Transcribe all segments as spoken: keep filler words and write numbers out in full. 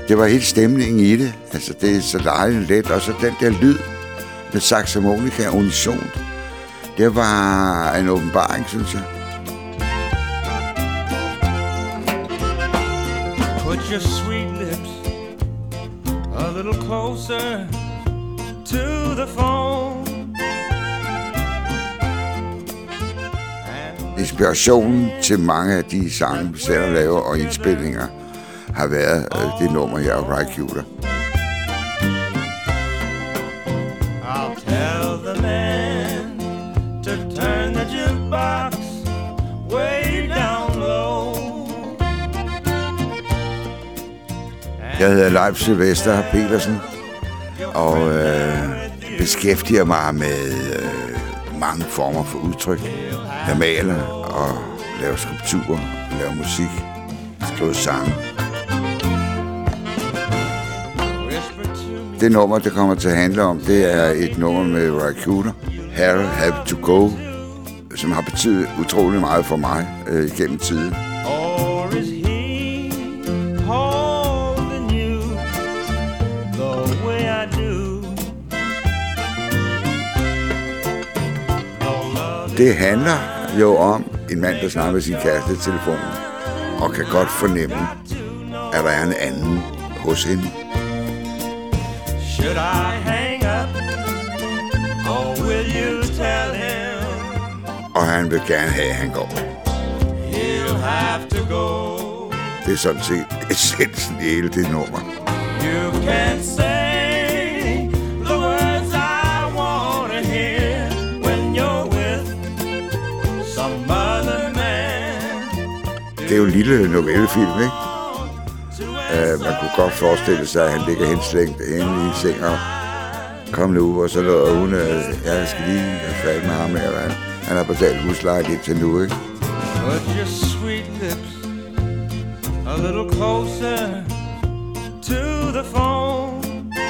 Det var helt stemningen i det. Altså, det er så dejligt let. Og så den der lyd med saxofonika unison. Det var en åbenbaring, synes jeg. Put your sweet lips a little closer to the phone. Inspirationen til mange af de sange, vi selv laver og indspillinger, har været øh, det nummer her af Ry Cooder. I'll tell the man to turn the jukebox way down low. Jeg hedder Leif Sylvester Petersen, og øh, beskæftiger mig med øh, mange former for udtryk. Jeg maler og laver skulpturer, laver musik, skriver sange. Det nummer, det kommer til at handle om, det er et nummer med Ry Cooder, Hell Have To Go, som har betydet utrolig meget for mig øh, igennem tiden. Det handler jo om en mand, der snakker med sin kæreste i telefonen, og kan godt fornemme, at der er en anden hos hende. Should I hang up, or will you tell him? Og han vil gerne have, at han går. He'll have to go. Det er sådan set essensen i hele det nummer. You can say the words I want to hear when you're with some other man. Det er jo en lille novellefilm, ikke? Uh, man kunne godt forestille sig, at han ligger henslængt inde i seng og kom nu, og så lå hun, uh, jeg skal lige have fat med ham her. Han, han har betalt husleje lidt til nu, ikke? Put your sweet lips a little closer to the phone,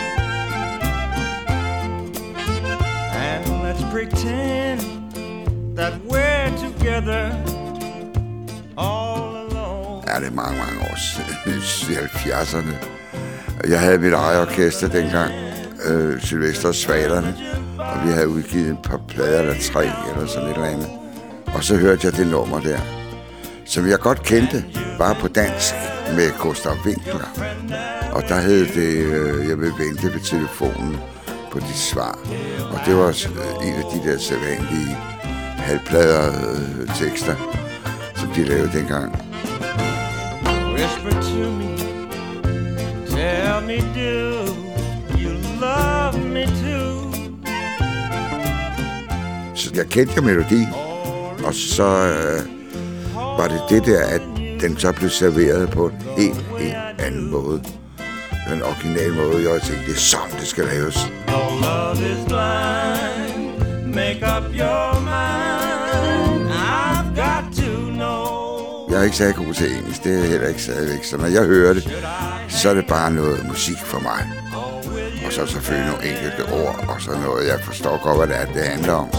and let's pretend that we're together all alone. Ja, det er mange, mange år siden, i halvfjerdserne. Jeg havde mit eget orkester dengang, øh, Sylvester Svalerne, og vi havde udgivet et par plader eller tre, eller sådan et eller andet. Og så hørte jeg det nummer der, som jeg godt kendte, bare på dansk, med Gustav Winkler. Og der hed det, øh, jeg vil vente ved telefonen på dit svar. Og det var øh, en af de der sædvanlige halvplader øh, tekster, som de lavede dengang. Whisper to me, tell me, do you love me too? Så jeg kendte jo melodien, og så øh, var det det der, at den så blev serveret på en helt, helt anden måde. Den originale måde, jeg tænkte, det er sådan, det skal laves. No love is blind, make up your mind, I've got to know. Jeg er ikke særlig god til engelsk, det er heller ikke stadigvæk. Så når jeg hører det, så er det bare noget musik for mig. Og så selvfølgelig nogle enkelte ord, og så noget, jeg forstår godt, hvad det er, det handler om.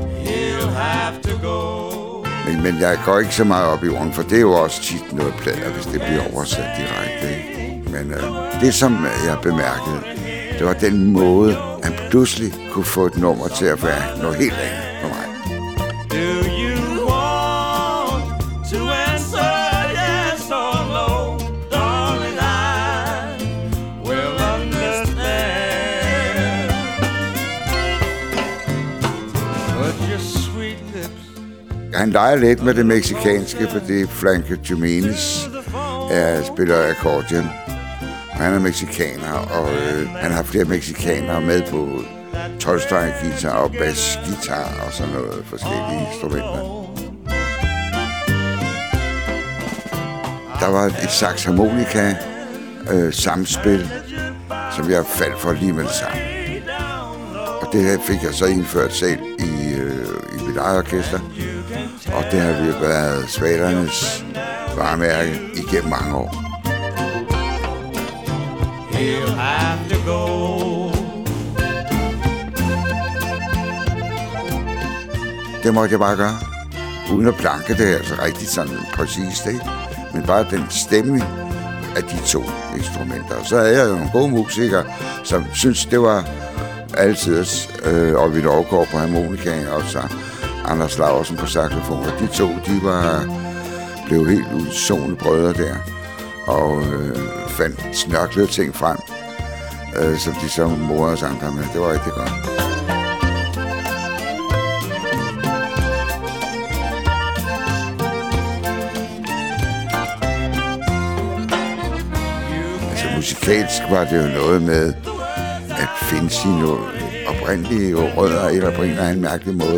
Men, men jeg går ikke så meget op i orden, for det er jo også tit noget plader, hvis det bliver oversat direkte. Ikke? Men øh, det, som jeg bemærkede, det var den måde, han pludselig kunne få et nummer til at være noget helt andet for mig. Do you want to answer yes or no? Darling, I will understand. Put your sweet lips. Han leger lidt med det mexikanske, fordi Franco Jimenez er, spiller accordion. Og han er mexikaner, og øh, han har flere mexikanere med på tolv-strenget guitar og bassgitar og sådan noget forskellige instrumenter. Der var et saxharmonika øh, samspil, som jeg faldt for lige med det samme. Og det her fik jeg så indført selv i, øh, i mit eget orkester. Og det har vi været Svalernes varemærke igennem mange år. He'll have to go. Det måtte jeg bare gøre. Uden at planke det, altså rigtig sådan præcist, ikke? Men bare den stemning af de to, instrumenter. Og så havde jeg jo nogle gode musikere, som synes det var altid, øh, og Vild Aagaard på harmonika, og så Anders Laursen på saxofon. Og de to, de var blev helt udsående brødre der, og øh, fandt snørklede ting frem, øh, som de så morede os andre med. Det var rigtig godt. Altså musikalsk var det jo noget med at finde sine oprindelige rødder, eller på en eller anden mærkelig måde.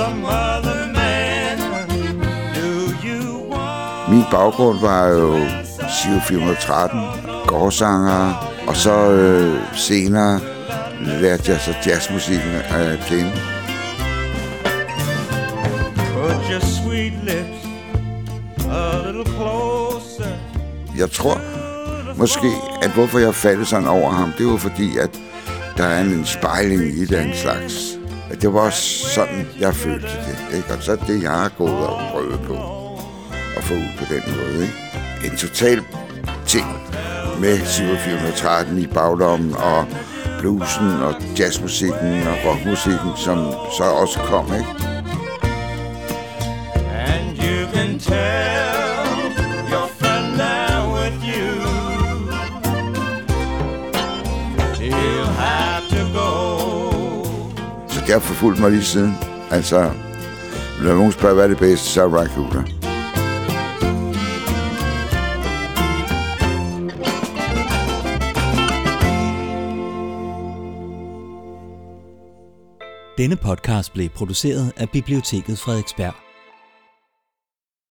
Min baggrund var jo Giro fire hundrede og tretten, gårdsanger, og så øh, senere lærte jeg så jazzmusikken at kende. Jeg tror måske, at hvorfor jeg faldt sådan over ham, det var fordi, at der er en spejling i den slags. At det var også sådan, jeg følte det. Ikke? Og så er det, jeg har gået og prøvet på at få ud på den måde. Ikke? En total ting med Giro fire hundrede og tretten i bagdommen, og bluesen, og jazzmusikken, og rockmusikken, som så også kom, ikke? And you can tell your friend now with you, he'll have to go. Så det har forfulgt mig lige siden. Altså, når nogen spørger, hvad er det bedste, så er Ry Cooder. Denne podcast blev produceret af Biblioteket Frederiksberg.